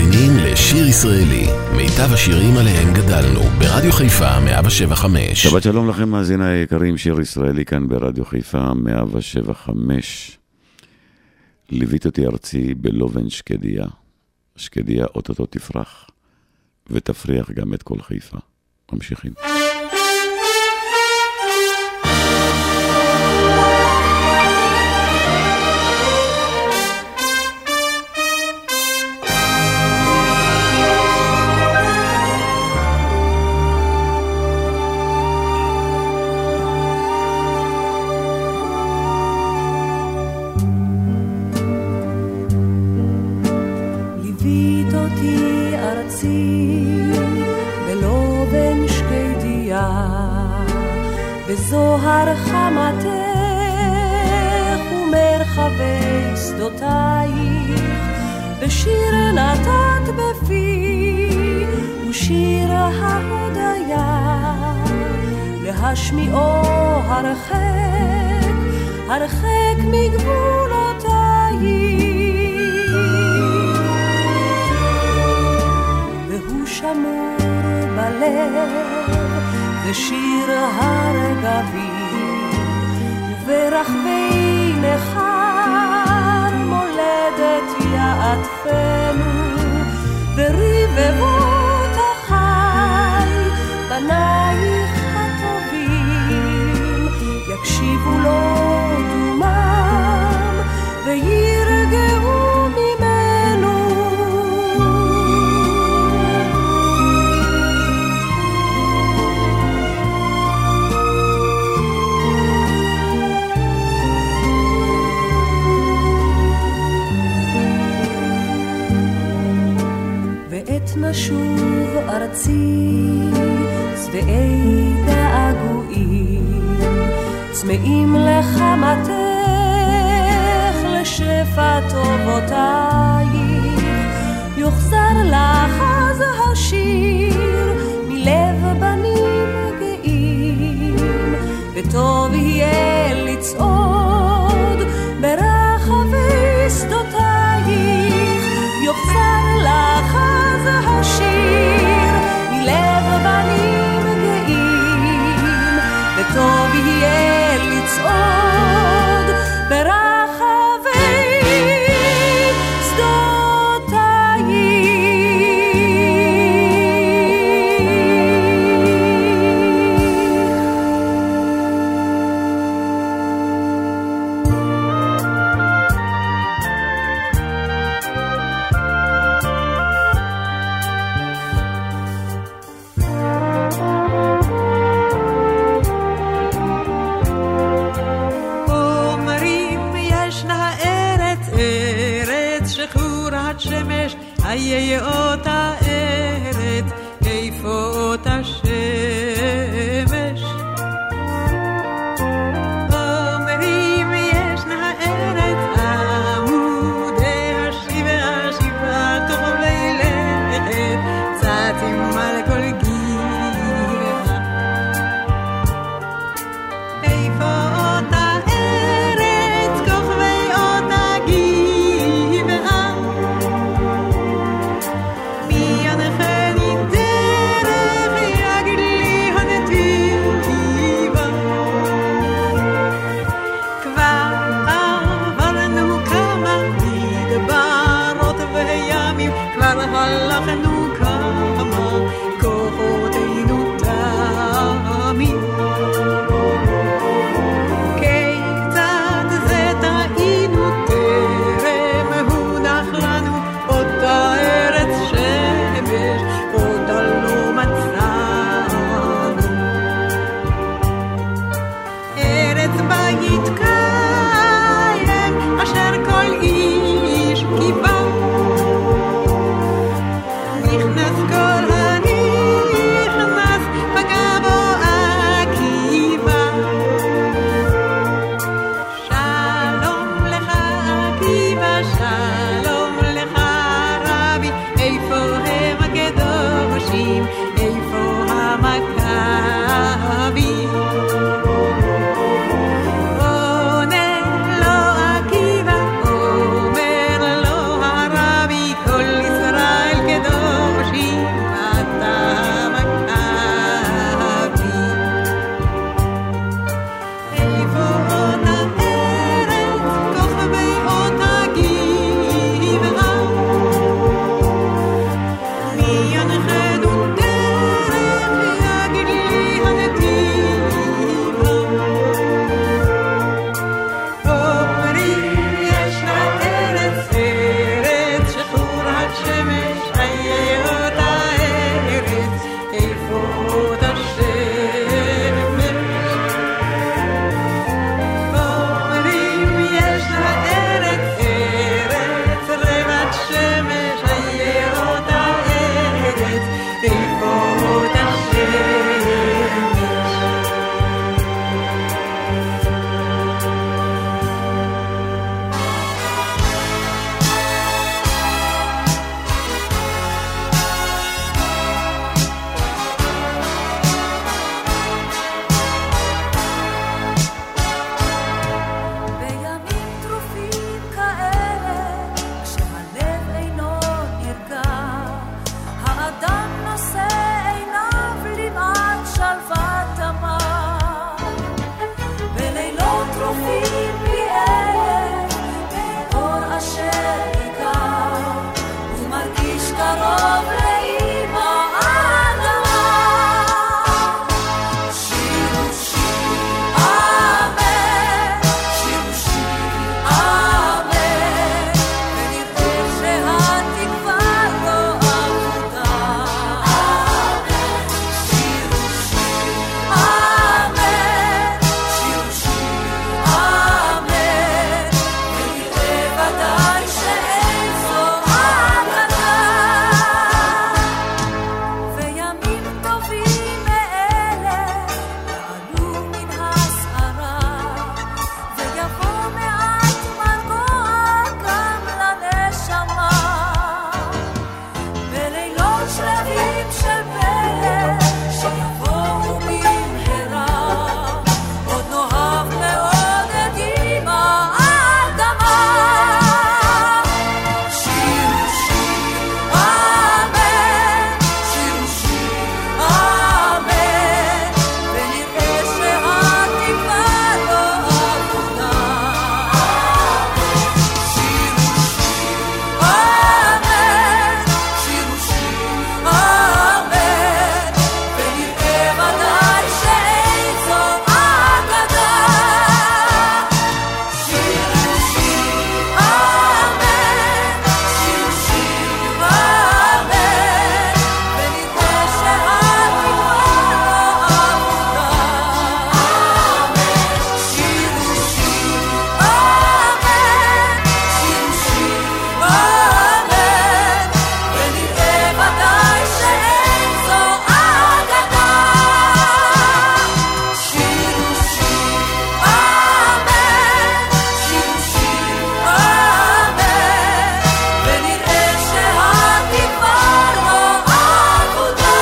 מאזינים לשיר ישראלי, מיטב השירים עליהם גדלנו, ברדיו חיפה 175. שבת שלום לכם מאזיני היקרים, שיר ישראלי כאן ברדיו חיפה 175. ליווית אותי ארצי בלובן שקדיה, שקדיה אוטוטו תפרח ותפריח גם את כל חיפה. ממשיכים. בזוהר חמתך ומרחבי שדותייך, בשיר נתת בפי ושיר ההודיה, להשמיעו הרחק הרחק מגבולותייך, והוא שמור בלב ושיר הרגבים, וברחבי נחר מולדת יעטפנו, ברבבות החי בנייך הטובים, יקשיבו לו דומם וירגעו ממנו. נשוב ארצי שבעי געגועים, צמאים לחמתך לשפע טובותייך, יוחזר לך אז השיר מלב בנים גאים, וטוב יהיה לצעוד ברחבי שדותייך, יוחזר לך השיר מלב בנים גאים, וטוב יהיה לצעוד ברחבי שדותייך. שמש, היה אותה ארץ, איפה אותה שמש? אומרים ישנה ארץ, עמודי השיבה, טוב ללכת, צעדים על כל גבעה. איפה אותה ארץ, כוכבי אותה גבעה, הלכנו כמה כוחותינו תמיד, כיצד זה טעינו טרם הונח לנו אותה ארץ שמש, אותה לא מצאנו, ארץ בית קיים אשר כל איש קיבל, נכנס כל קרוב לאמא האדמה. שירו שיר אמן, שירו שיר אמן, ונראה שהתקווה לא אבודה. שירו שיר אמן, שירו שיר אמן, ונראה ודאי שאין זו אגדה. וימים טובים מאלה יעלו מן הסערה, ויבוא מעט מרגוע גם לנשמה. בלילות שלבים של פלא שיבואו במהרה, עוד נאהב מאוד את אמא האדמה. שירו שיר אמן, שירו שיר אמן, ונראה שהתקווה לא אבודה. שירו שיר אמן, שירו שיר אמן, ונראה ודאי שאין זו אגדה. שירו שיר אמן, שירו שיר אמן, ונראה שהתקווה לא אבודה. שירו שיר אמן, שירו שיר אמן, ונראה ודאי שאין זו אגדה. שירו שיר אמן, שירו שיר אמן, ונראה שהתקווה לא אבודה.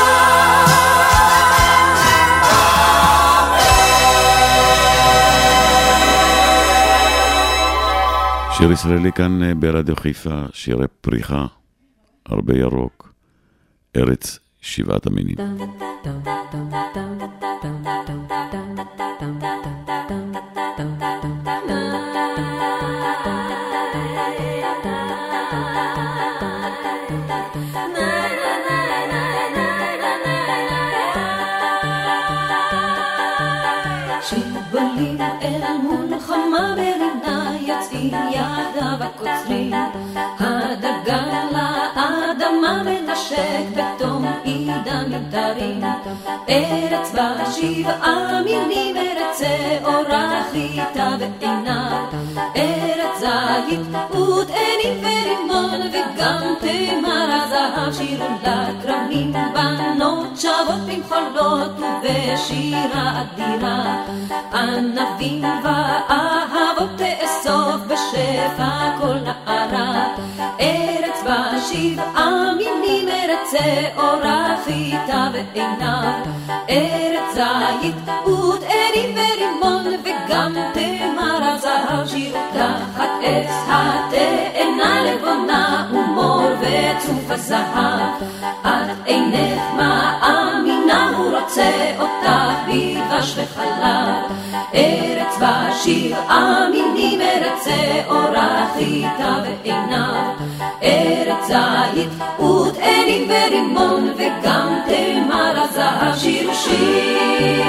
שיר ישראלי כאן ברדיו חיפה, שירי פריחה, הרבה ירוק, ארץ שבעת המינים. שבולים אל מלחמה ברינה, יוצאים ידיו הקוצרים, הדגל לאדמה מנשק בתום עידן מדרים. ארץ בשבעה מינים, ארץ אורה חיטה ועינה, ארץ זית ותאנים ורימון, וגם תמר הזהב שירו לכרמים. בנות שבות במחולות ובשירה אדירה, ענבים ואהבות תאסוף בשפע כל נערה. ארץ בשבעה מינים, ארץ אורה חיטה ועינה, ארץ זית ותאנים ורימון, וגם תמר הזהב שירו תחת עץ התאנה לבונה ומור וצוף הזהב. את אינך מאמינה, הוא רוצה אותך בדבש וחלב. ארץ בשבעה מינים, ארץ אורה חיטה ועינה, ארץ זית ותאנים ורימון, וגם תמר הזהב שירו שיר,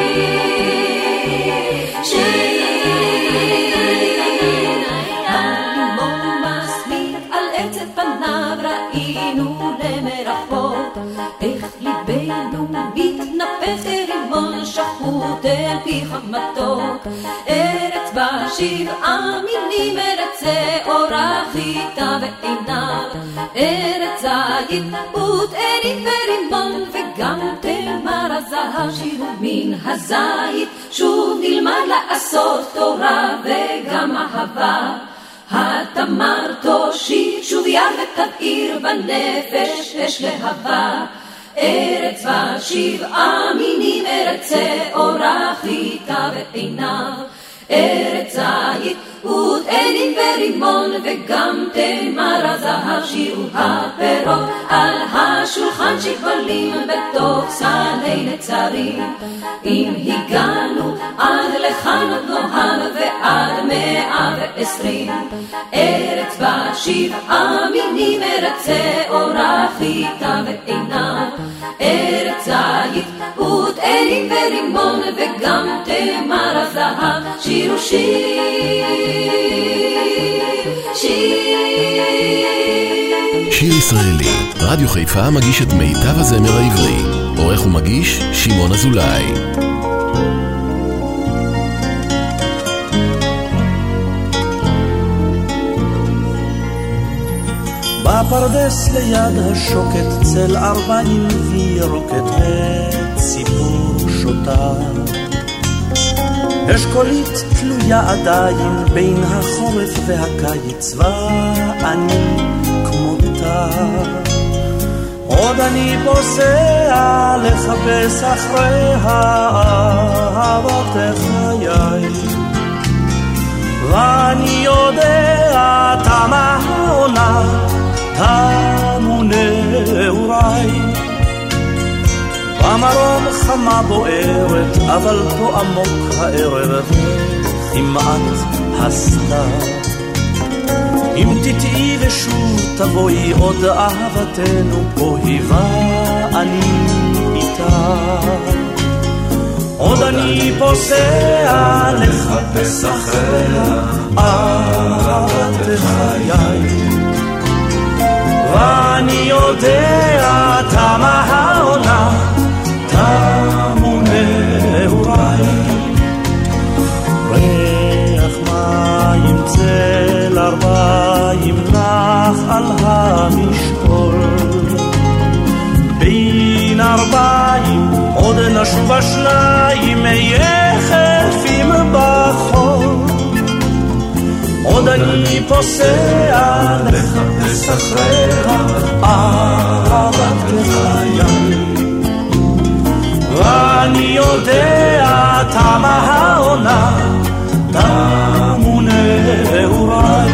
שיר. הרימון מסמיק על עצת פניו, ראינו למרחוק איך ליבנו מתנפף כרימון שחוט אל פיך מתוק. ארץ בשבעה מינים, ארץ אורה חיטה ועינה, ארץ זית ותאנים ורימון, וגם תמר הזהב שירו מן הזית. שוב נלמד לעשות תורה וגם אהבה, התמר תושיט שוב יד ותבעיר בנפש אש להבה. ארץ בשבעה מינים, ארץ אורה חיטה ועינה, ארץ זית ותאנים ורימון וגם תמר הזהב שירו הפירות על השולחן שכבלים בתוך סלי נצרים. אם הגענו עד לכאן עוד נוהל ועד 120 ארץ בשבעה מינים ארץ אורה חיטה ועינה ארץ זית ותאנים ורימון וגם תמר הזהב שירו שיר שיר ישראלי, רדיו חיפה מגיש את מיטב הזמר העברי. עורך ומגיש שמעון אזולאי. בפרדס ליד השוקת צל 40 וירוקת וציפור שוטה אשכולית תלויה עדיין בין החורף והקיץ ואני כמותה עוד אני פוסע לחפש אחרי אהבת חיי ואני יודע תמה העונה תמו נעוריי במרום חמה בוערת אבל פה עמוק הערב כמעט הסתר אם תטעי ושוב תבואי עוד אהבתנו פה היווה אני איתה עוד אני פוסע לחפש אחריה אהבת חיי ואני יודע תמה העונה תמו נעוריי ריח מים צל 40 נח על המשקול בין 40 עוד נשוב השניים יחפים בחול עוד אני פוסע לחפש אחריה אהבת חיי ואני יודע תמה העונה תמו נעוריי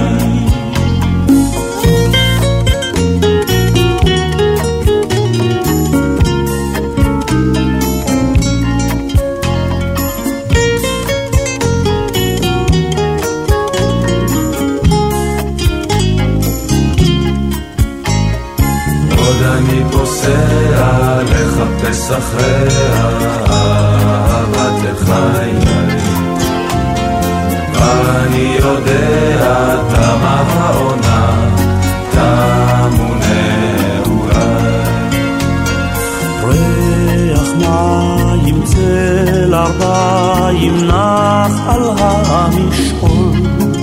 לחפש אחריה אהבת חיי ואני יודע תמה העונה תמו נעוריי ריח מים צל 40 נח על המשעול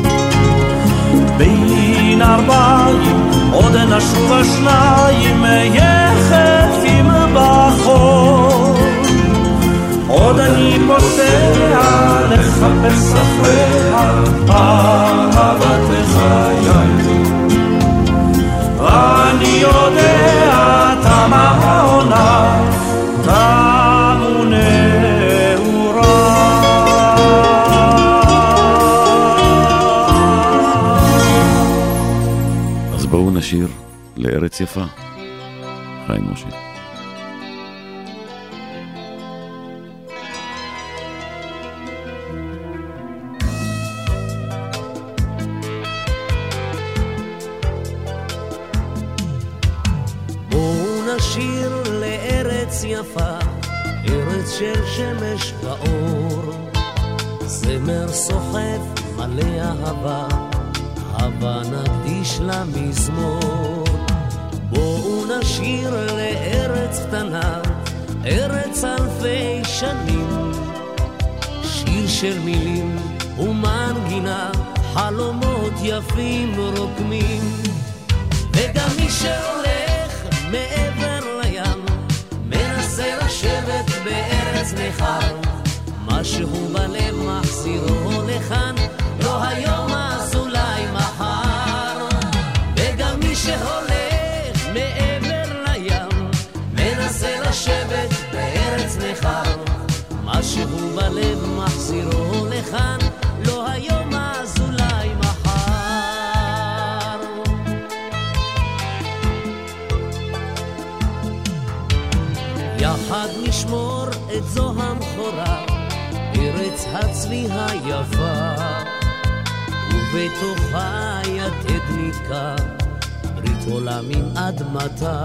בין 40 עוד נשוב השניים יחפים בחול עוד אני פוסע לחפש אחריה אהבת חיי ואני יודע תמה העונה תמו נעוריי אז בואו נשיר לארץ יפה חיים משה נשיר לארץ יפה, ארץ של שמש ואור, זמר סוחף מלא אהבה, הבה נקדיש למזמור. בואו נשיר לארץ קטנה, ארץ אלפי שנים, שיר של מילים ומנגינה, חלומות יפים רוקמים. וגם מי שהולך מעבר לים מנסה לשבת בארץ נכר, משהו בלב מחזירו לכאן, לא היום אז אולי מחר. וגם מי שהולך מעבר לים מנסה לשבת בארץ נכר, משהו בלב מחזירו לכאן, לא היום אז אולי יחד נשמור את זו המחורה, ארץ הצבי היפה, ובתוכה יתד נתקע, ברית עולם עם אדמתה.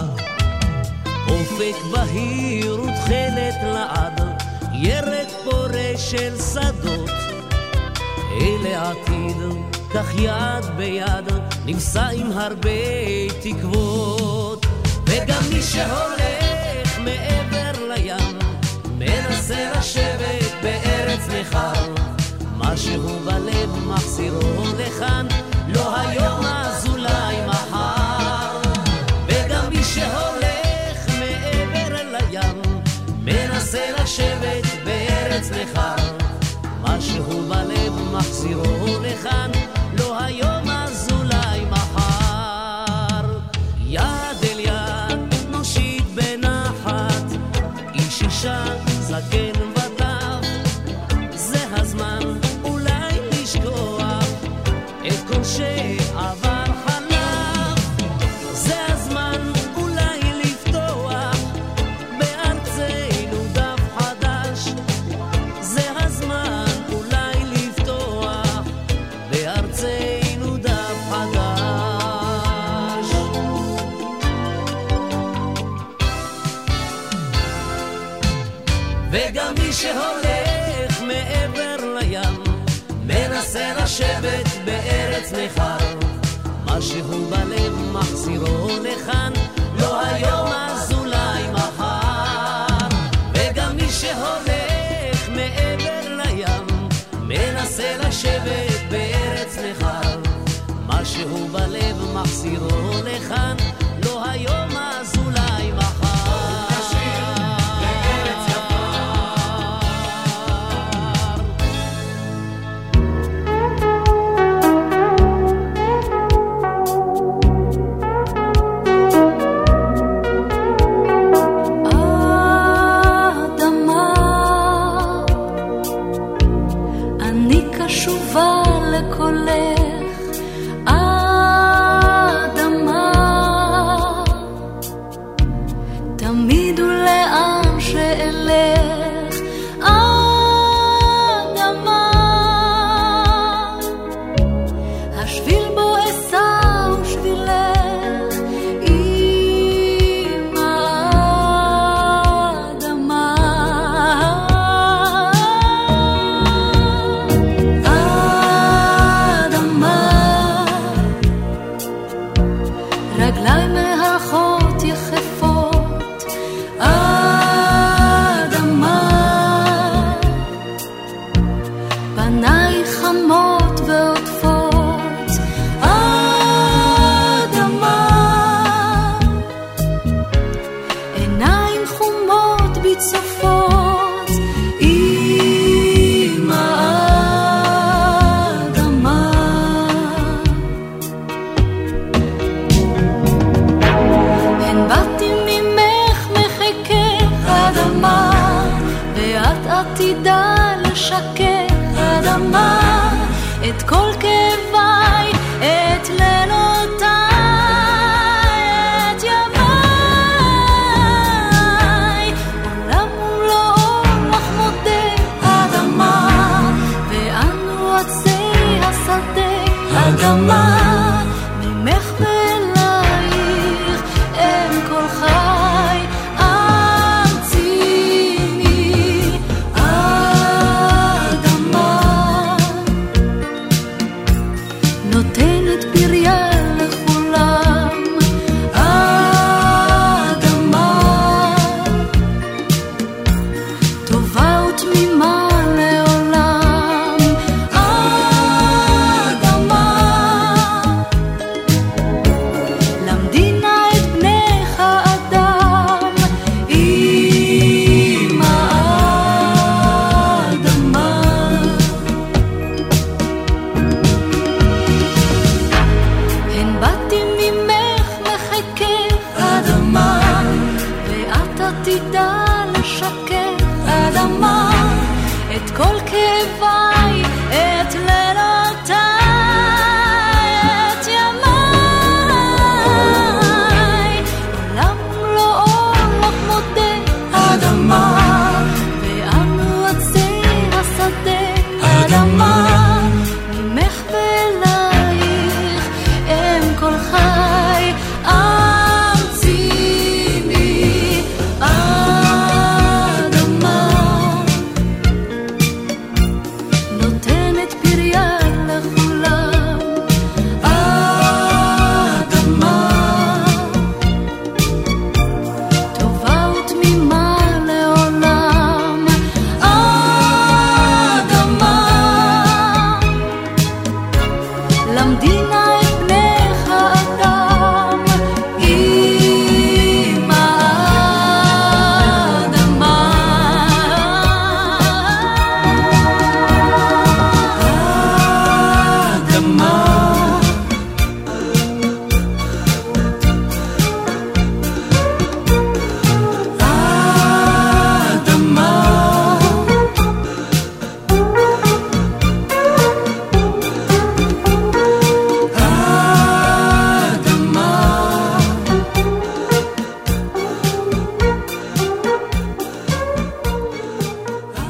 אופק בהיר ותכלת לעד, ירד פורה של שדות, אלה עתיד, כך יד ביד, נמסע עם הרבה תקוות. וגם מי שהולך מעבר לים, מנסה לשבת בארץ נכר, משהו בלב מחזירו לכאן, לא היום אז אולי מחר. וגם מי שהולך מעבר לים, מנסה לשבת בארץ נכר, משהו בלב מחזירו לכאן, לא היום אז אולי מחר. יד אל יד נושיט בנחת, איש אישה זקן וטף, זה הזמן אולי לשכוח את כל שעבר חלף, זה הזמן אולי לפתוח בארצנו דף חדש, זה הזמן אולי לפתוח בארצנו דף חדש. וגם מי שהולך מעבר לים, מנסה לשבת בארץ נכר, משהו בלב מחזירו לכאן, לא היום אז אולי מחר. וגם מי שהולך מעבר לים, מנסה לשבת בארץ נכר, משהו בלב מחזירו לכאן, לא היום אז אולי מחר. קשובה לקולך, אדמה, תמיד ולאן שאלך, אדמה, השביל בו אסע ושבילך, אמא אדמה. רגלי מהלכות יחפות, אדמה, פניי חמות ועוטפות, אדמה, עיניים חומות בצופות, אמא אדמה. באתי ממך מחכך אדמה, ואת עתידה לשכך אדמה, את כל כאביי, את לילותיי, את ימיי, עולם מול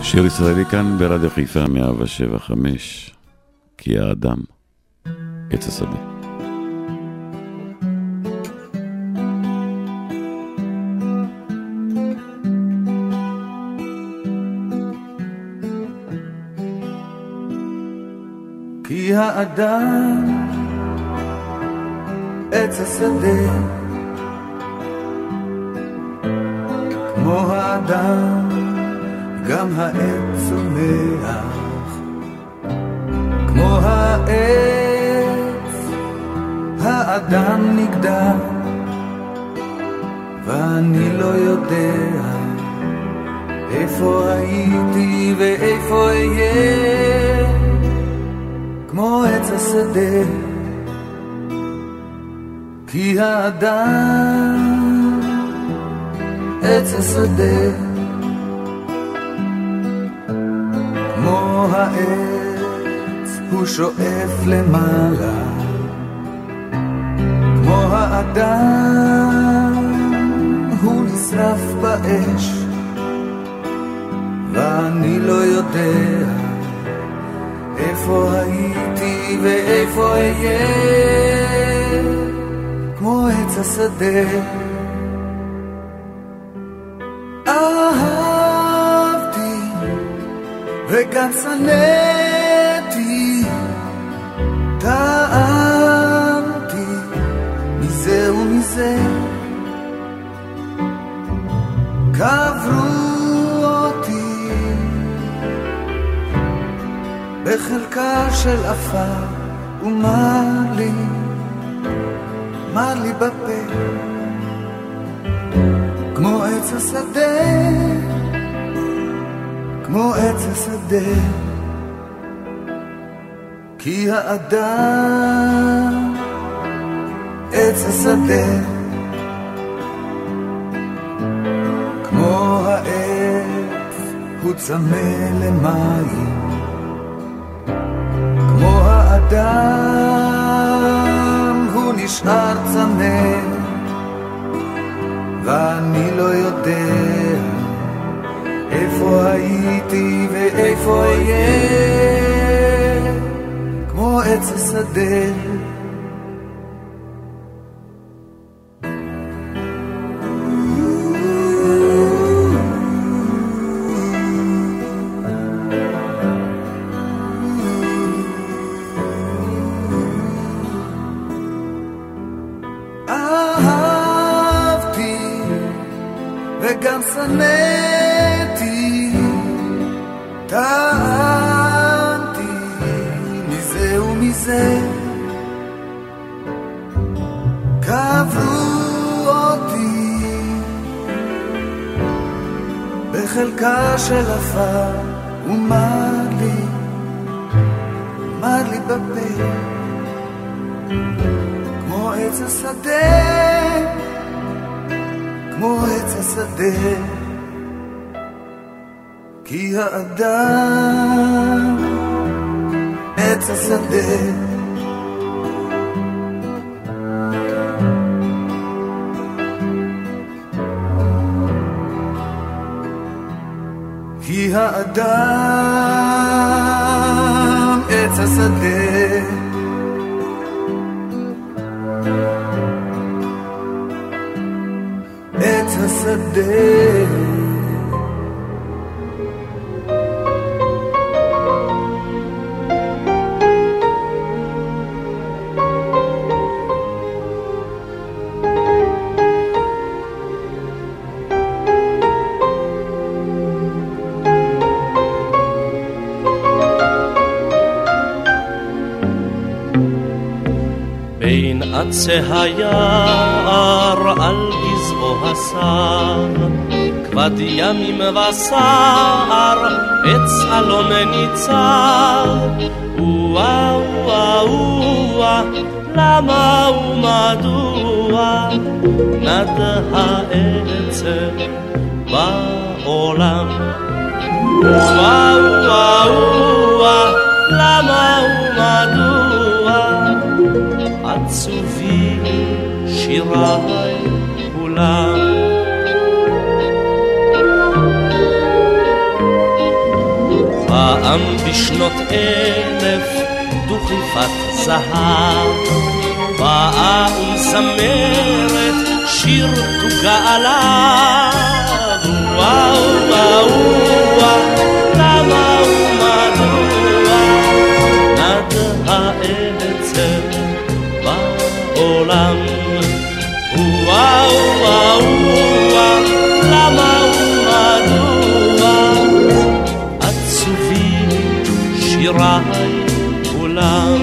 שיר ישראלי כאן ברדיו חיפה 107.5, כי האדם עץ השדה. כי האדם עץ השדה, כמו האדם גם העץ צומח, כמו העץ האדם נגדע, ואני לא יודע איפה הייתי ואיפה אהיה, כמו עץ השדה. כי האדם עץ השדה, כמו העץ הוא שואף למעלה, כמו האדם הוא נשרף באש, ואני לא יודע איפה הייתי ואיפה אהיה, כמו עץ השדה. אהבתי וגם שנאתי, טעמתי מזה ומזה, קברו אותי בחלקה של עפר, ומר לי בפה, כמו עץ השדה, כמו עץ השדה. כי האדם עץ השדה, כמו העץ הוא צמא למים, כמו האדם הוא נשאר צמא, ואני לא יודע איפה הייתי ואיפה אהיה, כמו עץ השדה. וגם שנאתי, טעמתי מזה ומזה, קברו אותי בחלקה של עפר, ומר לי בפה, כמו עץ השדה, כמו עץ השדה. כי האדם עץ השדה, כי האדם עץ השדה, עץ השדה. בין עצי היער על גזעו הסר, כבד ימים וסער, עץ אלון ניצר. וואה וואה וואה, למה ומדוע נד העצב בעולם? וואה וואה וואה, למה ומדוע עצובים שיריי כולם? פעם בשנות 1000 דוכיפת זהב באה ומזמרת שיר תוגעלה וואו וואו למה ומדוע נד העצב בעולם וואו וואו למה ומדוע עצובים שיריי כולם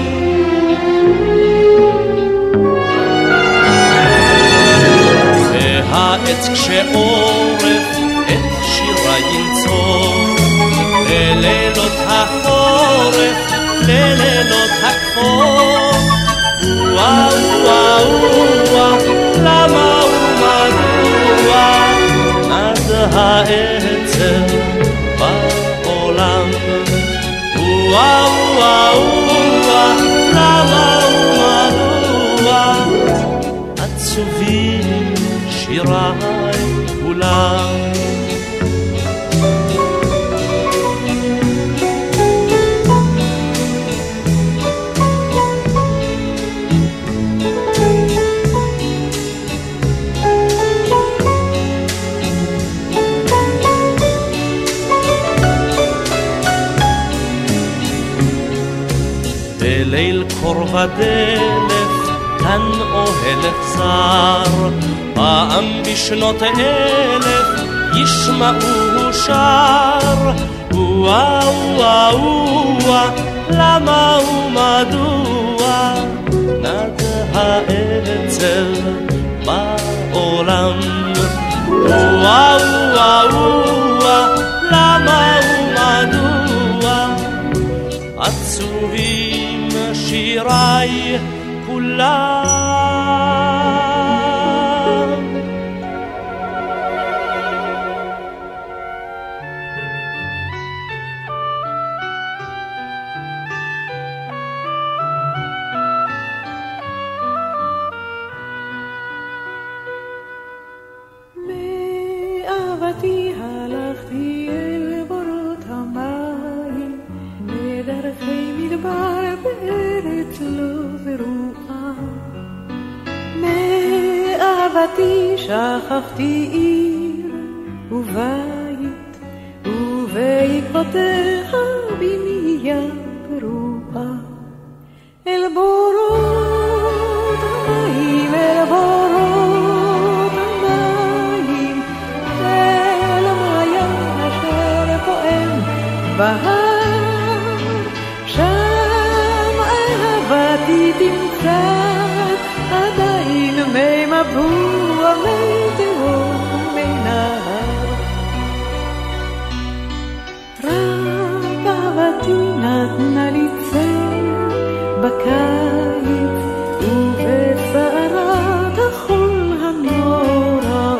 והעץ כשעורף את שירה ינצור ללילות החורף ללילות הכפור וואו וואו למה ומדוע נד העצב בעולם וואו וואו למה ומדוע עצובים שיריי כולם בליל קור ודלף כאן אוהל אכזר פעם בשנות 1000 ישמעו שר וואו וואו למה ומדוע נד העצב בעולם וואו וואו למה ומדוע עצובים שיריי כולם מאהבתי הלכתי אל בורות המים בדרכי מדבר בארץ לא זרועה מאהבתי שכחתי עיר ובית ובעקבותיך בנייה פרועה אל בורות המים אל בורות המים אל המעיין אשר פועם בהר שם אהבתי תמצא עדיין מי מבוע מי תהום מי נהר רק אהבתי נתנה לי צל בקיץ ובסערת החול הנורא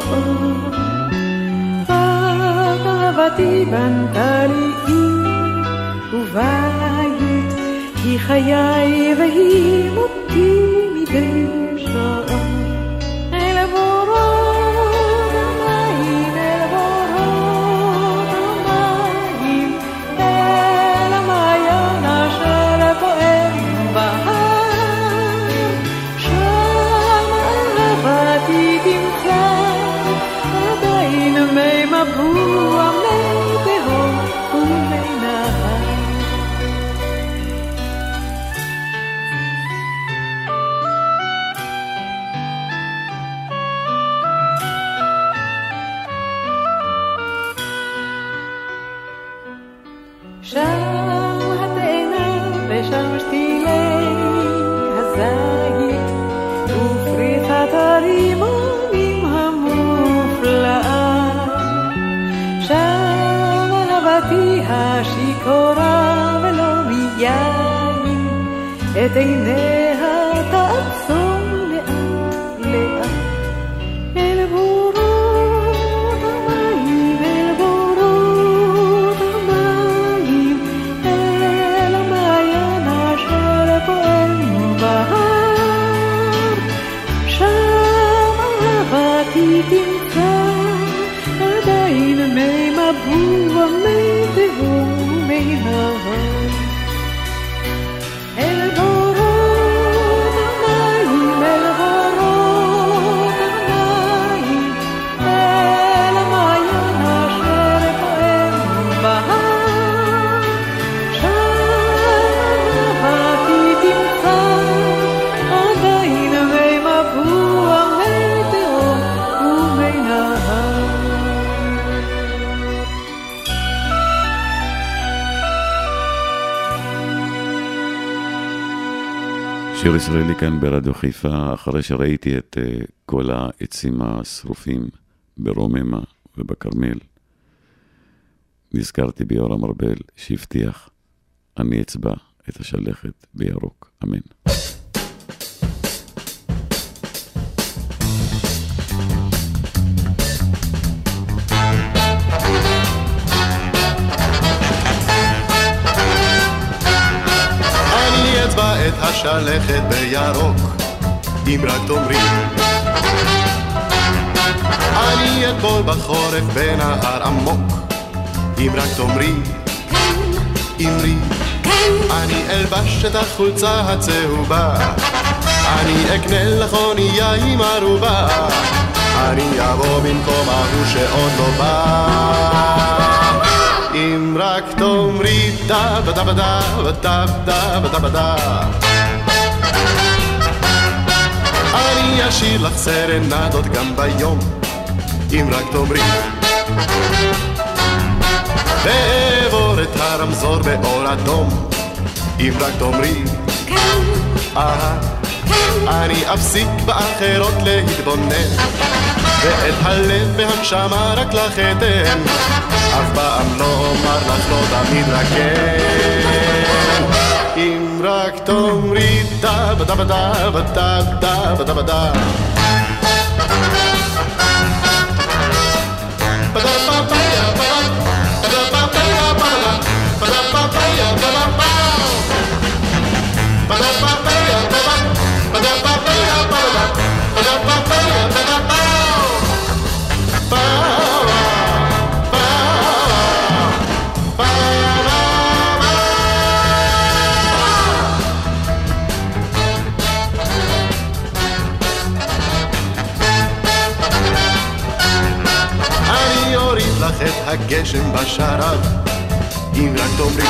רק אהבתי בנתה לי עיר ובית היא חיי והיא מותי מדי שעה אל בורות המים אל בורות המים אל המעיין אשר פועם בהר שם אהבתי תמצא עדיין מי מבוע מי תהום ומי נהר שם התאנה ושם שתילי הזית ופריחת הרימונים המופלאה שם אהבתי השיכורה ולא מיין את עיניה תעצום לאט לאט אל בורות המים אל בורות המים אל המעיין אשר פועם בהר שם אהבתי תמצא עדיין מי מבוע מי תהום מי נהר שיר ישראלי כאן ברדיו חיפה, אחרי שראיתי את כל העצים השרופים ברוממה ובקרמל, נזכרתי ביורם ארבל שהבטיח, אני אצבע את השלכת בירוק, אמן. את השלכת בירוק, אם רק תאמרי אני אטבול בחורף בנהר עמוק, אם רק תאמרי אמרי אני אלבש את החולצה הצהובה, אני אקנה לך אונייה עם ערובה, אני אבוא במקום ההוא שעוד לא בא, אם רק תאמרי דה בדה בדה בדה בדה בדה בדה, אני אשאיר לך סרנדות גם ביום, אם רק תאמרי, ואעבור את הרמזור באור אדום, אם רק תאמרי אני אפסיק באחרות להתבונן, ואת הלב והנשמה רק לך אתן, אף פעם לא אומר לך לא תמיד רק כן, אם רק תאמרי דה בדה בדה בדה בדה בדה בדה את הגשם בשרב, אם רק תאמרי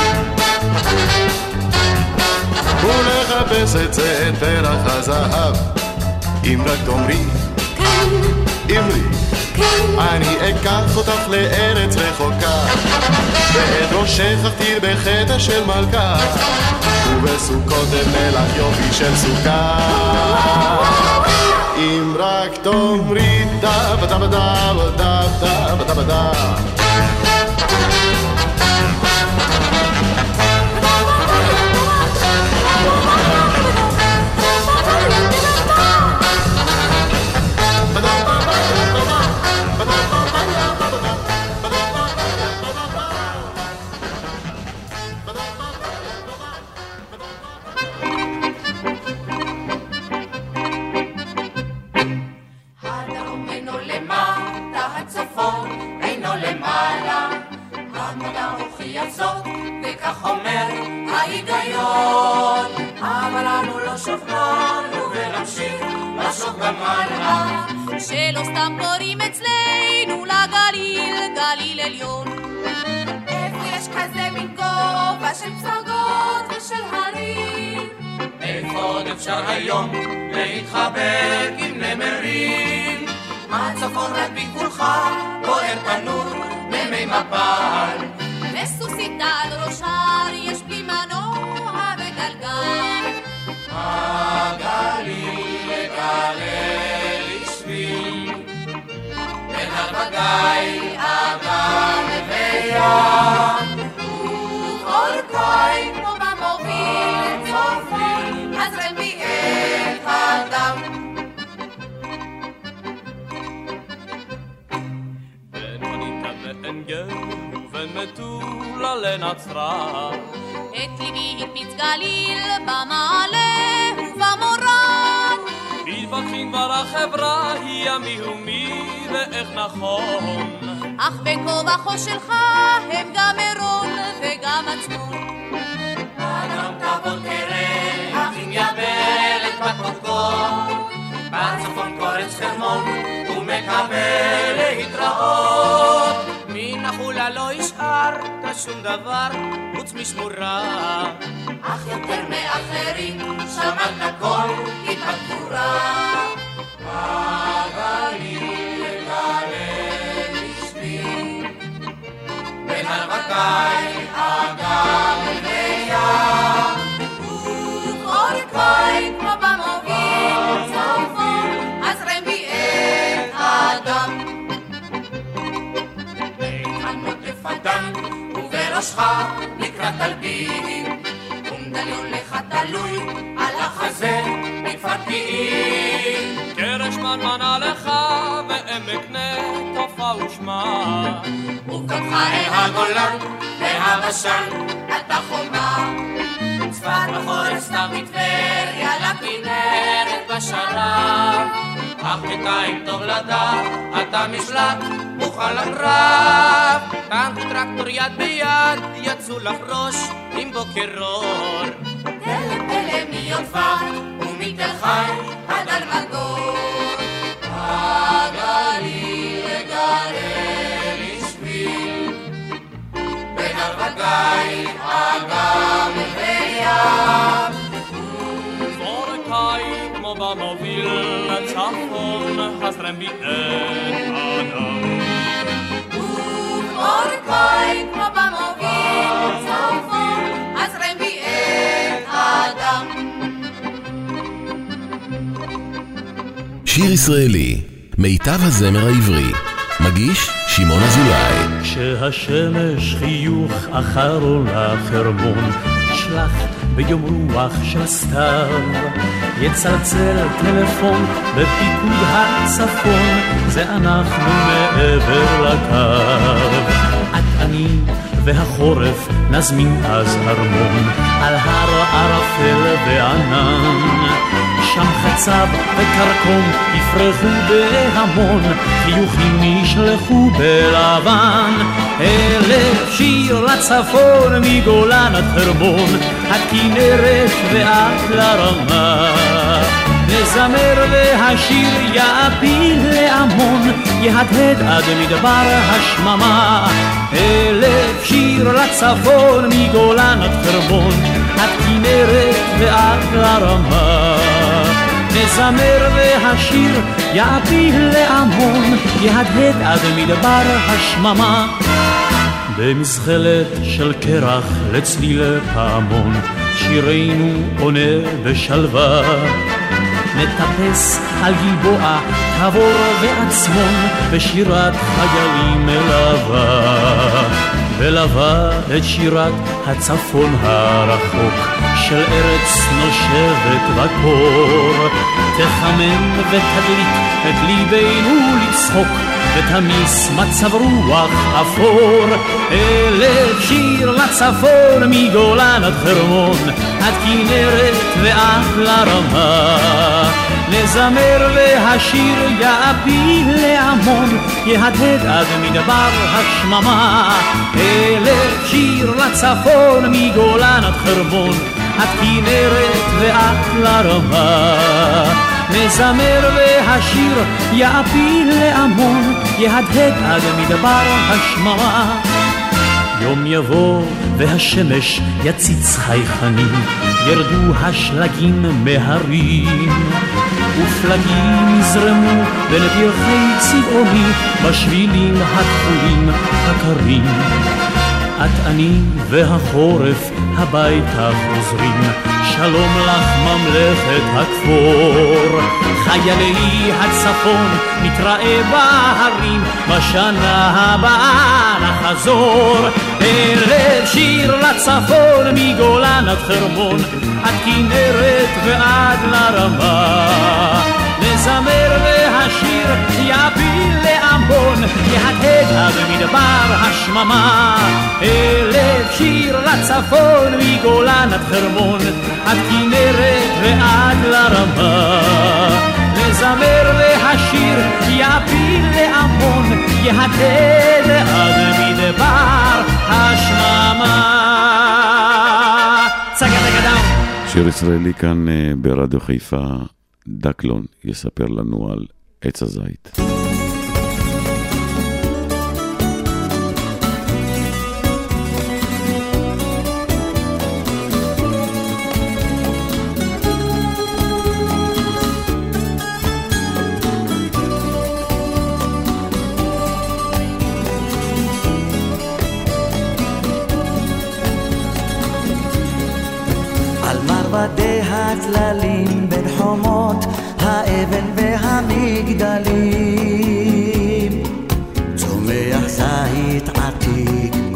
ולחפש את זה את פרח הזהב, אם רק תאמרי אמרי אני אקח אותך לארץ רחוקה, ואת ראשך אכתיר בחטא של מלכה, ובסוכות אבנה לך יופי של סוכה, אם רק תאמרי דה בדה בדה בדה בדה בדה בדה שלא סתם קוראים אצלנו לגליל, גליל עליון. איפה יש כזה מין גובה של פסגות ושל הרים? איפה עוד אפשר היום להתחבק עם נמרים? הצפון רק בגבולך בוער תנור במי מפל, וסוסית על ראשר יש בלי מנוע וגלגל. הגליל לגלל לשביל בין הרגי אגם וים, ובעורקי כמו במוביל צופים הזרם בי את הדם. בין הניתה ואין גר ובין מטולה לנצרת, את ליבי הדפיץ גליל במעלה ובמורן, מתווכחים כבר החברה היא המי ומי ואיך נכון, אך בין כה וכה שלך הם גם עירון וגם עצמון. אדם תבוא תראה אך אם יבלת בקודקות, בצפון קורץ חרמון ומקבל להתראות, מן החולה לא השארת שום דבר חוץ משמורה, אך יותר מאחרים שמעת כל התפתחורה. הגליל לגלל לשביל בין הרווקי אגם וים, ובעורקי כמו שפתן ובראשך לקראת תלבינים ומדליון לך תלוי על החזה מפתיעים קרש מנמנה לך ועמק נטופה ושמה ובקמחי הגולן והבשן אתה חומה צפת בחורף סתם מטבריה לכנרת בשרב אך בינתיים טוב לדעת אתה משלט מוכן לקרב טנק וטרקטור יד ביד יצאו לחרוש עם בוקר אור תלם תלם מיודפת ומתל חי עד אלמגור הגליל לגרל לשביל בין הרגליים אגם וים זורקאי כמו במוביל לצפון הזרם בי את האדם זורקאי כמו במוביל לצפון הזרם בי את האדם שיר ישראלי, מיטב הזמר העברי, מגיש שמעון אזולאי. כשהשמש חיוך אחרון החרמון שלח ביום רוח של סתיו יצלצל טלפון בפיקוד הצפון זה אנחנו מעבר לקו את אני והחורף נזמין אז הרמון על הר ערפל וענן שם חצב וקרקום יפרחו בהמון חיוכים נשלחו בלבן אלף שיר לצפון מגולן עד חרמון עד כנרת ועד לרמה נזמר והשיר יעפיל להמון יהדהד עד מדבר השממה אלף שיר לצפון מגולן עד חרמון עד כנרת ועד לרמה נזמר והשיר יעפיל להמון יהדהד עד מדבר השממה במזחלת של קרח לצליל פעמון שירנו עונה בשלווה נטפס על גלבוע תבור ועצמון בשירת חיילים מלווה ולווה את שירת הצפון הרחוק של ארץ נושבת בקור תחמם ותדליק את ליבנו לצחוק ותמיס מצב רוח אפור אלף שיר לצפון מגולן עד חרמון עד כנרת ועד לרמה נזמר והשיר יעפיל להמון יהדהד עד מדבר השממה אלף שיר לצפון מגולן עד חרמון עד כנרת ועד לרמה נזמר והשיר יעפיל להמון יהדהד עד מדבר השממה יום יבוא והשמש יציץ חייכנים ירדו השלגים מהרים ופלגים יזרמו בין פרחי צבעוני בשבילים הכחולים הקרים את אני והחורף הביתה חוזרים שלום לך ממלכת הכפור חיילי הצפון נתראה בהרים בשנה הבאה נחזור אלף שיר לצפון מגולן עד חרמון עד כנרת ועד לרמה נזמר והשיר יעפיל להמון יהדהד עד מדבר השממה אלף שיר לצפון מגולן עד חרמון עד כנרת ועד לרמה נזמר והשיר יעפיל להמון יהדהד עד מדבר השממה שיר ישראלי כאן ברדיו חיפה דקלון יספר לנו על עץ הזית. על מרבדי הצללים בין חומות האבן והמגדלים צומח זית עתיק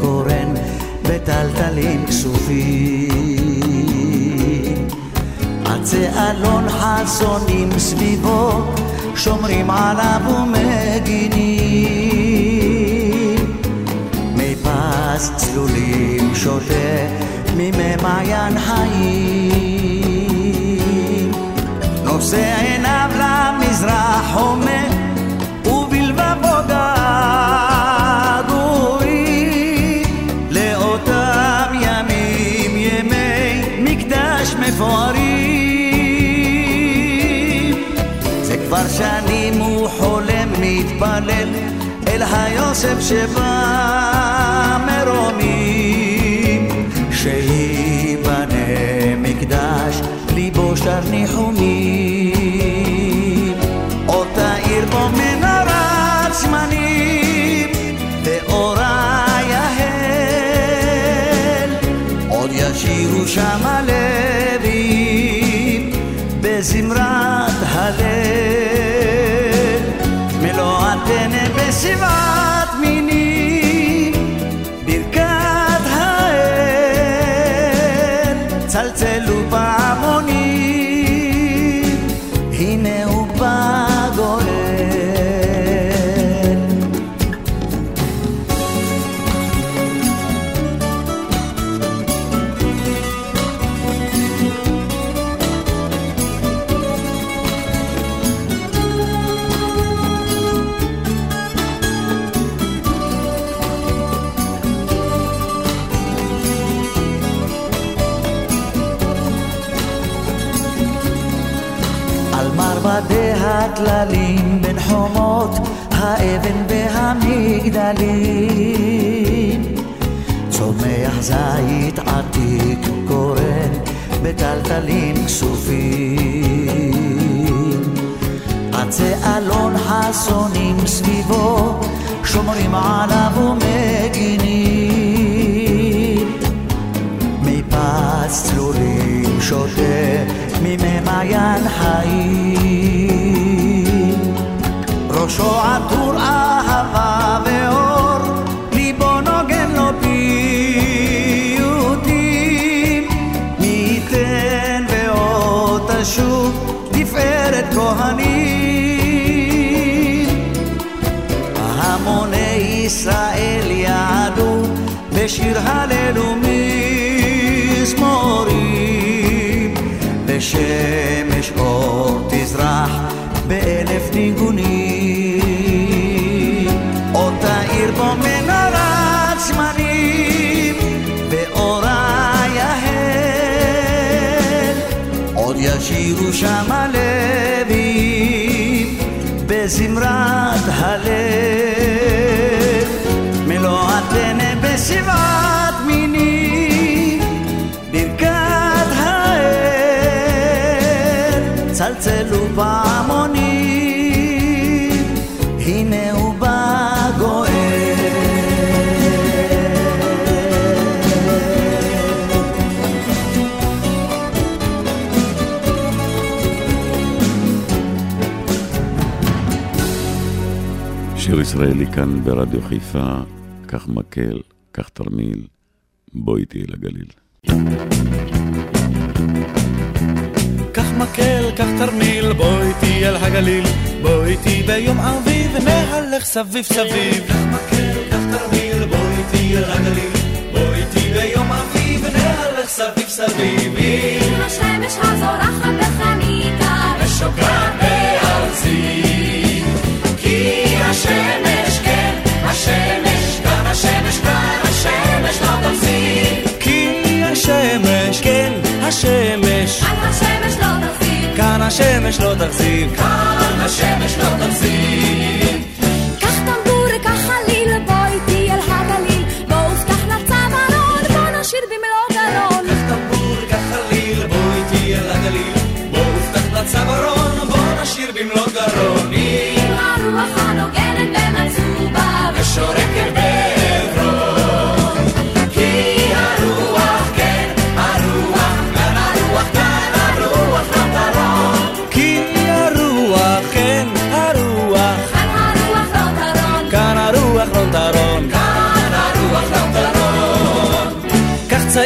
טלטלים כסופים. עצי אלון חסונים סביבו שומרים עליו ומגינים. מי פס צלולים שותה ממי מעיין חיים. נושא עיניו למזרח הומה ובלבבו געגועים לאותם ימים, ימי מקדש מפוארים. זה כבר שנים הוא חולם מתפלל אל היוסף שבא מרומים, שיבנה מקדש ליבו שר ניחומים. אותה עיר בו מנורת זמנים ואורה יהל, עוד ישירו שם הלווים בזמרת הלל. מלוא הטנא בשבעת מינים ברכת האל, צלצלו פעמונים, הנה הוא בא גואל. מרבדי הכללים בין חומות האבן והמגדלים, צומח זית עתיק קורן בטלטלים כסופים. עצי אלון חסונים סביבו שומרים עליו ומגינים. מפס צלולים שותה ממי מעיין חיים. ראשו עטור אהבה ואור, ליבו נוגן לו פיוטים. מי ייתן ועוד תשוב תפארת כהנים. המוני ישראל יעדו בשיר הלל ומזמורים, ושמש אור תזרח באלף ניגונים. אותה עיר בו מנורת זמנים ואורה יהל, עוד ישירו שם הלווים בזמרת הלל. מלוא הטנא בשבעת מינים ברכת האל, צלצלו פעמונים, הנה הוא בא גואל. שיר ישראלי כאן ברדיו חיפה, כך מקל, כך תרמיל, בוא איתי אל הגליל. כך מקל, כך תרמיל, בוא איתי אל הגליל, בוא איתי ביום אביב, נהלך סביב סביב. כך מקל, כך תרמיל, בוא איתי אל הגליל, בוא איתי ביום אביב, נהלך סביב סביב. אם השמש הזורחת בחניתה ושוקעת בארצי, כי השמש, כן, השמש, כאן השמש, כאן השמש לא תפסיק. כי השמש, כן, השמש, כאן השמש לא תפסיק. כאן השמש לא תחזיק, כאן השמש לא תפסיק. קח טמבור, קח חליל, בוא איתי אל הגליל, בוא ופתח לצווארון, בוא נשיר במלוא גרון. קח טמבור, קח חליל, בוא איתי אל הגליל, בוא ופתח לצווארון, בוא נשיר במלוא גרון. עם הרוח הנוגנת במצובה ושורקת בעברון, כי הרוח, כן, הרוח, כאן הרוח, כאן הרוח לא תרון. כי הרוח, כן, הרוח, כאן הרוח לא תרון. כאן הרוח לא תרון, כאן הרוח לא תרון. קח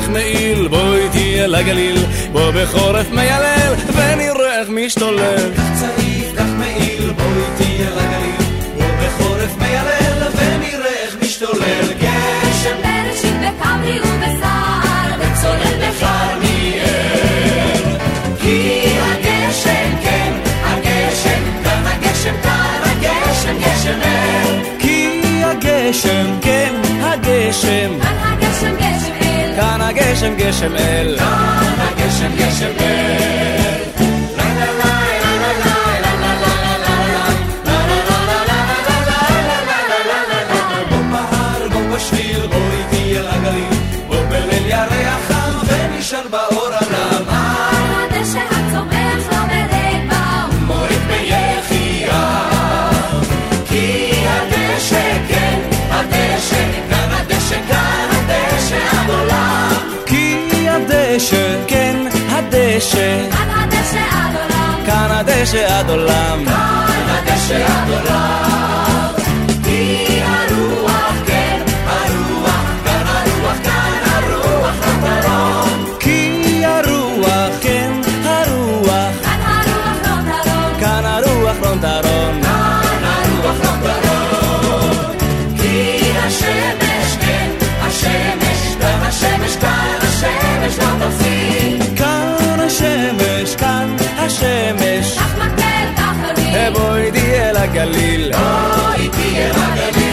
מעיל, בואי איתי אל הגליל, בוא בחורף מיילל ונראה איך משתולל. כך צעיף, כך מעיל, בואי איתי אל הגליל, בוא בחורף מיילל ונראה איך משתולל. גשם בראשית בקברי ובשר, וצולל בכרמיאל. כי הגשם, כן, הגשם, כאן הגשם, כאן הגשם, גשם אל. כי הגשם, כן, הגשם, כאן הגשם גשם אל. כאן הגשם גשם אל. כאן הגשם, גשם אל. בשביל בוא איתי אל הגליל, בוא בליל ירח חם ונשאר באור הרם. הדשא הצומח לא ברבע מוריד ביחייה. כי הדשא, כן, הדשא, כאן הדשא, כאן הדשא עד עולם. כי הדשא, כן, הדשא, כאן הדשא עד עולם. כאן הדשא עד עולם. כאן הדשא עד עולם. כי הרוח, כן, הרוח, כאן הרוח, כאן הרוח נותרון. כי הרוח, כן, הרוח, כאן הרוח נותרון. כאן הרוח נותרון. כאן הרוח נותרון. כי השמש, כן, השמש, כאן השמש, כאן השמש לא תפסיק. כאן השמש, כאן השמש, כך מקל, כך חליל. בואי איתי אל הגליל, בוא איתי אל הגליל.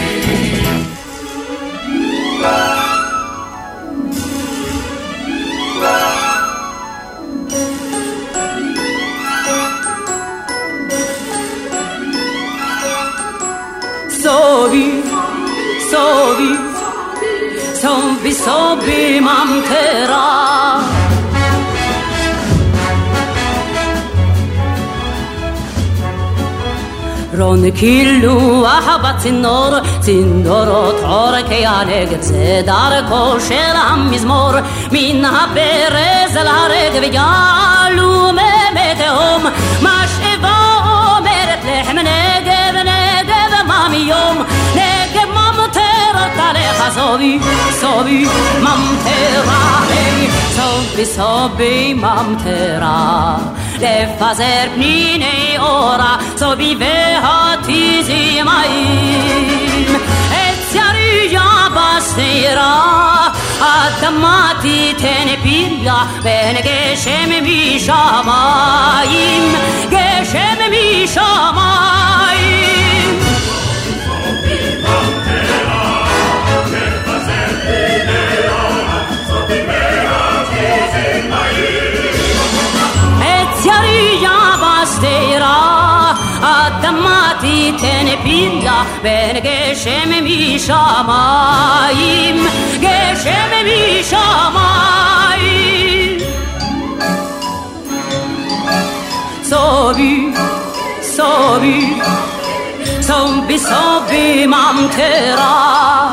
Sobi, sobi, sobi, sobi, mamtera. רון קילוח בצינור, צינורות עורקי הנגב, זה דרכו של המזמור, מן הברז אל הרגב יעלו מי תהום, משאבה אומרת לחם נגב, נגב ממיום, נגב ממטרת עליך סובי, סובי ממטרה, סובי סובי ממטרה, לפזר פניני אורה, סובי והתיזי מים, עץ יריה בסתירה, אדמה תיתן פריה, בין גשם משמיים, גשם משמיים. סובי ממטרה, לפזר פניני אורה, סובי והתיזי מים, עץ יריה בסתירה, אדמה תיתן פריה, בין גשם משמיים, גשם משמיים. סובי, סובי, סובי, סובי ממטרה.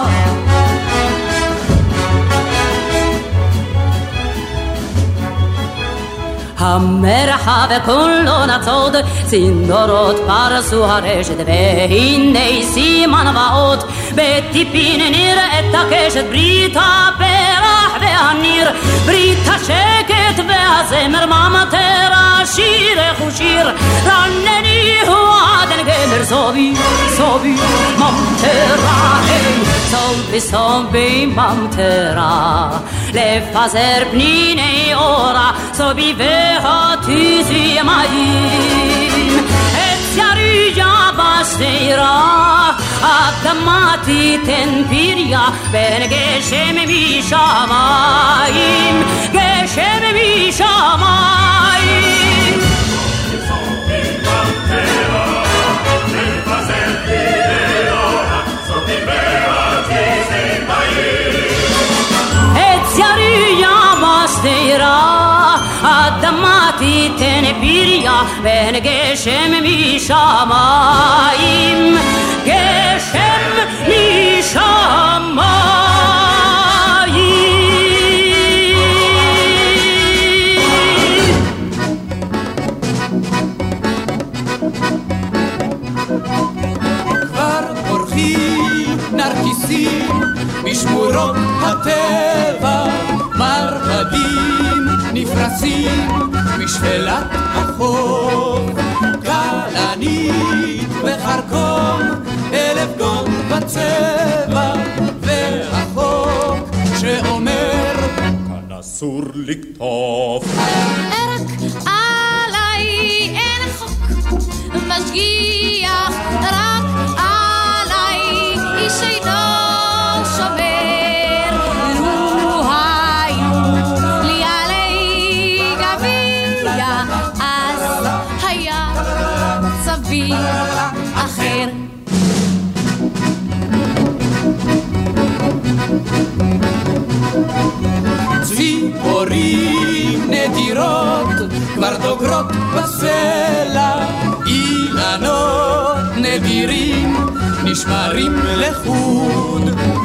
המרחב כולו נצוד, צינורות פרסו הרשת, והנה סימן ואות, בטיפין נראית הקשת, ברית הפרח והניר, ברית השקט והזמר, ממטרה שירך ושיר, רנני הוא עדן גמר, סובי, סובי ממטרה, סובי, סובי ממטרה, לפזר פניני אורה, סובי והתיזי מים, עץ יריה בסתירה, אדמה תיתן פריה, בין גשם משמיים, גשם משמיים. סובי ממטרה, לפזר פניני אורה, סובי והתיזי מים, עץ יריה בסתירה, אדמה תיתן פריה, בין גשם משמיים, גשם משמיים. כבר פורחים נרקיסים בשמורות הטבע, מרבדים נפרסים משפלת החוף, כלנית וחרקום, אלף גון בצבע, והחוק שאומר כאן אסור לקטוף. רק עליי אין חוק משגיח, רק עליי איש אינו שומר. לו היו לי עלי גביע, אז היה מצבי אחר. ציפורים נדירות כבר דוגרות בסלע, אילנות נדירים נשמרים לחוד,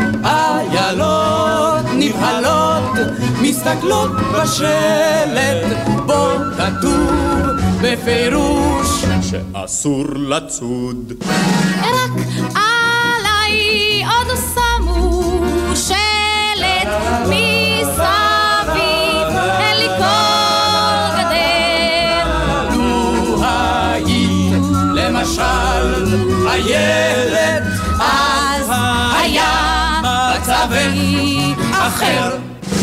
איילות נבהלות מסתכלות בשלט, בו כתוב בפירוש שאסור לצוד. רק עליי עוד שמו שלט מסביב, אין לי כל גדר. לו היית למשל הילד, אז היה מצבי אחר.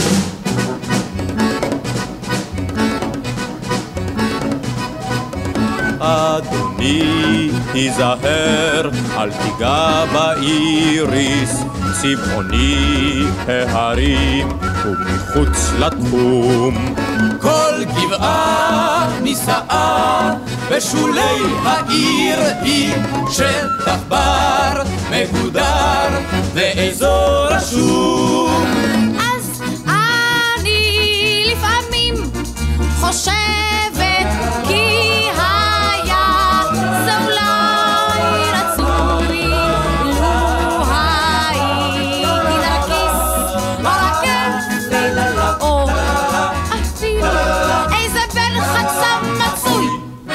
אדוני תיזהר, אל תיגע באיריס, צבעוני ההרים ומחוץ לתחום. כל גבעה נישאה בשולי העיר היא שטח בר מגודר ואזור רשום. אז אני לפעמים חושבת כי היה זה אולי רצוי, לו הייתי נרקיס או רכבת או אפילו איזה בן חצה מצוי.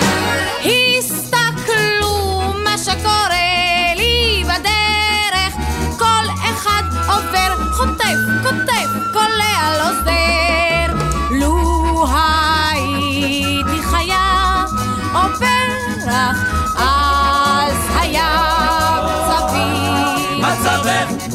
הסתכלו מה שקורה לי בדרך, כל אחד עובר חוטף כותף קולע לו סדר. לו הייתי חיה או פרח, אז היה מצבי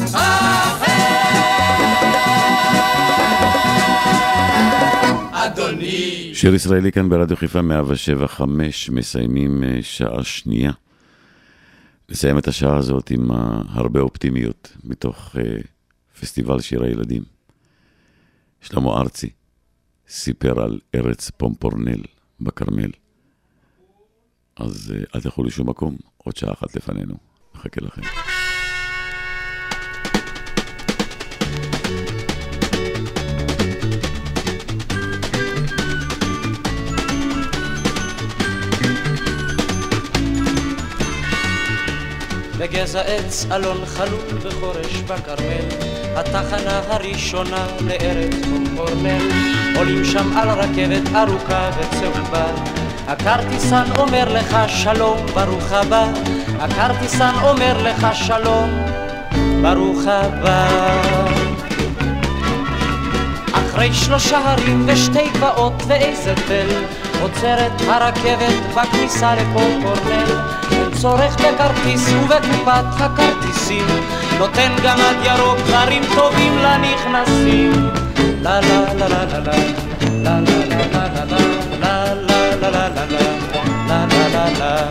אדוני. שיר ישראלי כאן ברדיו חיפה 107.5, מסיימים שעה שנייה. נסיים את השעה הזאת עם הרבה אופטימיות מתוך פסטיבל שיר הילדים. שלמה ארצי סיפר על ארץ פומפורנל בקרמל. אז אל תלכו לשום מקום, עוד שעה אחת לפנינו. מחכה לכם. בגזע עץ אלון חלול וחורש בקרמל, התחנה הראשונה לארץ פומפורנל. עולים שם על רכבת ארוכה וצהובה, הכרטיסן אומר לך שלום ברוך הבא, הכרטיסן אומר לך שלום ברוך הבא. אחרי 3 הרים ושתי גבעות ואיזה תל, עוצרת הרכבת בכניסה לפומפורנל. אין צורך בכרטיס ובקופת הכרטיסים, נותן גמד ירוק, דברים טובים לנכנסים. לה לה לה לה לה לה לה לה לה לה לה לה לה לה לה.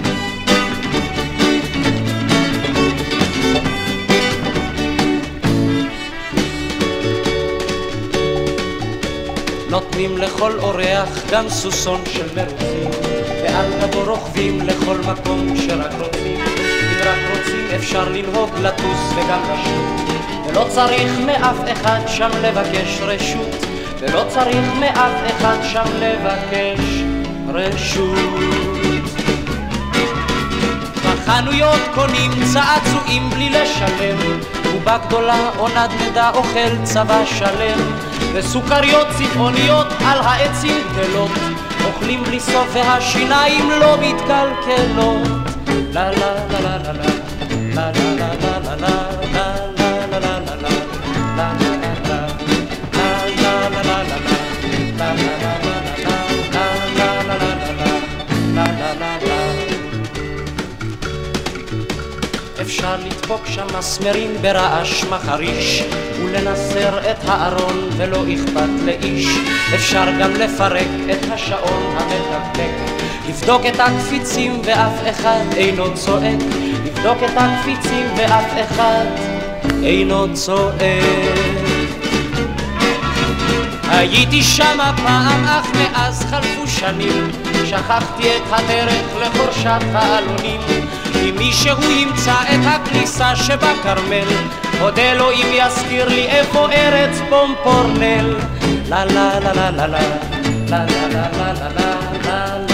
נותנים לכל אורח גם סוסון של מרוצים, ועל גבו רוכבים לכל מקום שרק רוצים. אם רק רוצים אפשר לנהוג, לטוס וגם לשוט, ולא צריך מאף אחד שם לבקש רשות, ולא צריך מאף אחד שם לבקש רשות. בחנויות קונים צעצועים בלי לשלם, ובגדולה או נדנדה אוכל צבא שלם, וסוכריות צבעוניות על העצים גדלות, אוכלים בלי סוף והשיניים לא מתקלקלות. לה לה לה לה לה לה לה לה לה לה לה לה לה לה לה לה לה לה לה לדפוק שם מסמרים ברעש מחריש ולנסר את הארון ולא אכפת לאיש. אפשר גם לפרק את השעון המתקתק, לבדוק את הקפיצים ואף אחד אינו צועק, לבדוק את הקפיצים ואף אחד אינו צועק. הייתי שמה פעם אך מאז חלפו שנים, שכחתי את הדרך לחורשת העלונים. אם מישהו ימצא את הכניסה שבקרמל, אודה לו אם יזכיר לי איפה ארץ פומפורנל. לה לה לה לה לה לה לה לה לה לה לה לה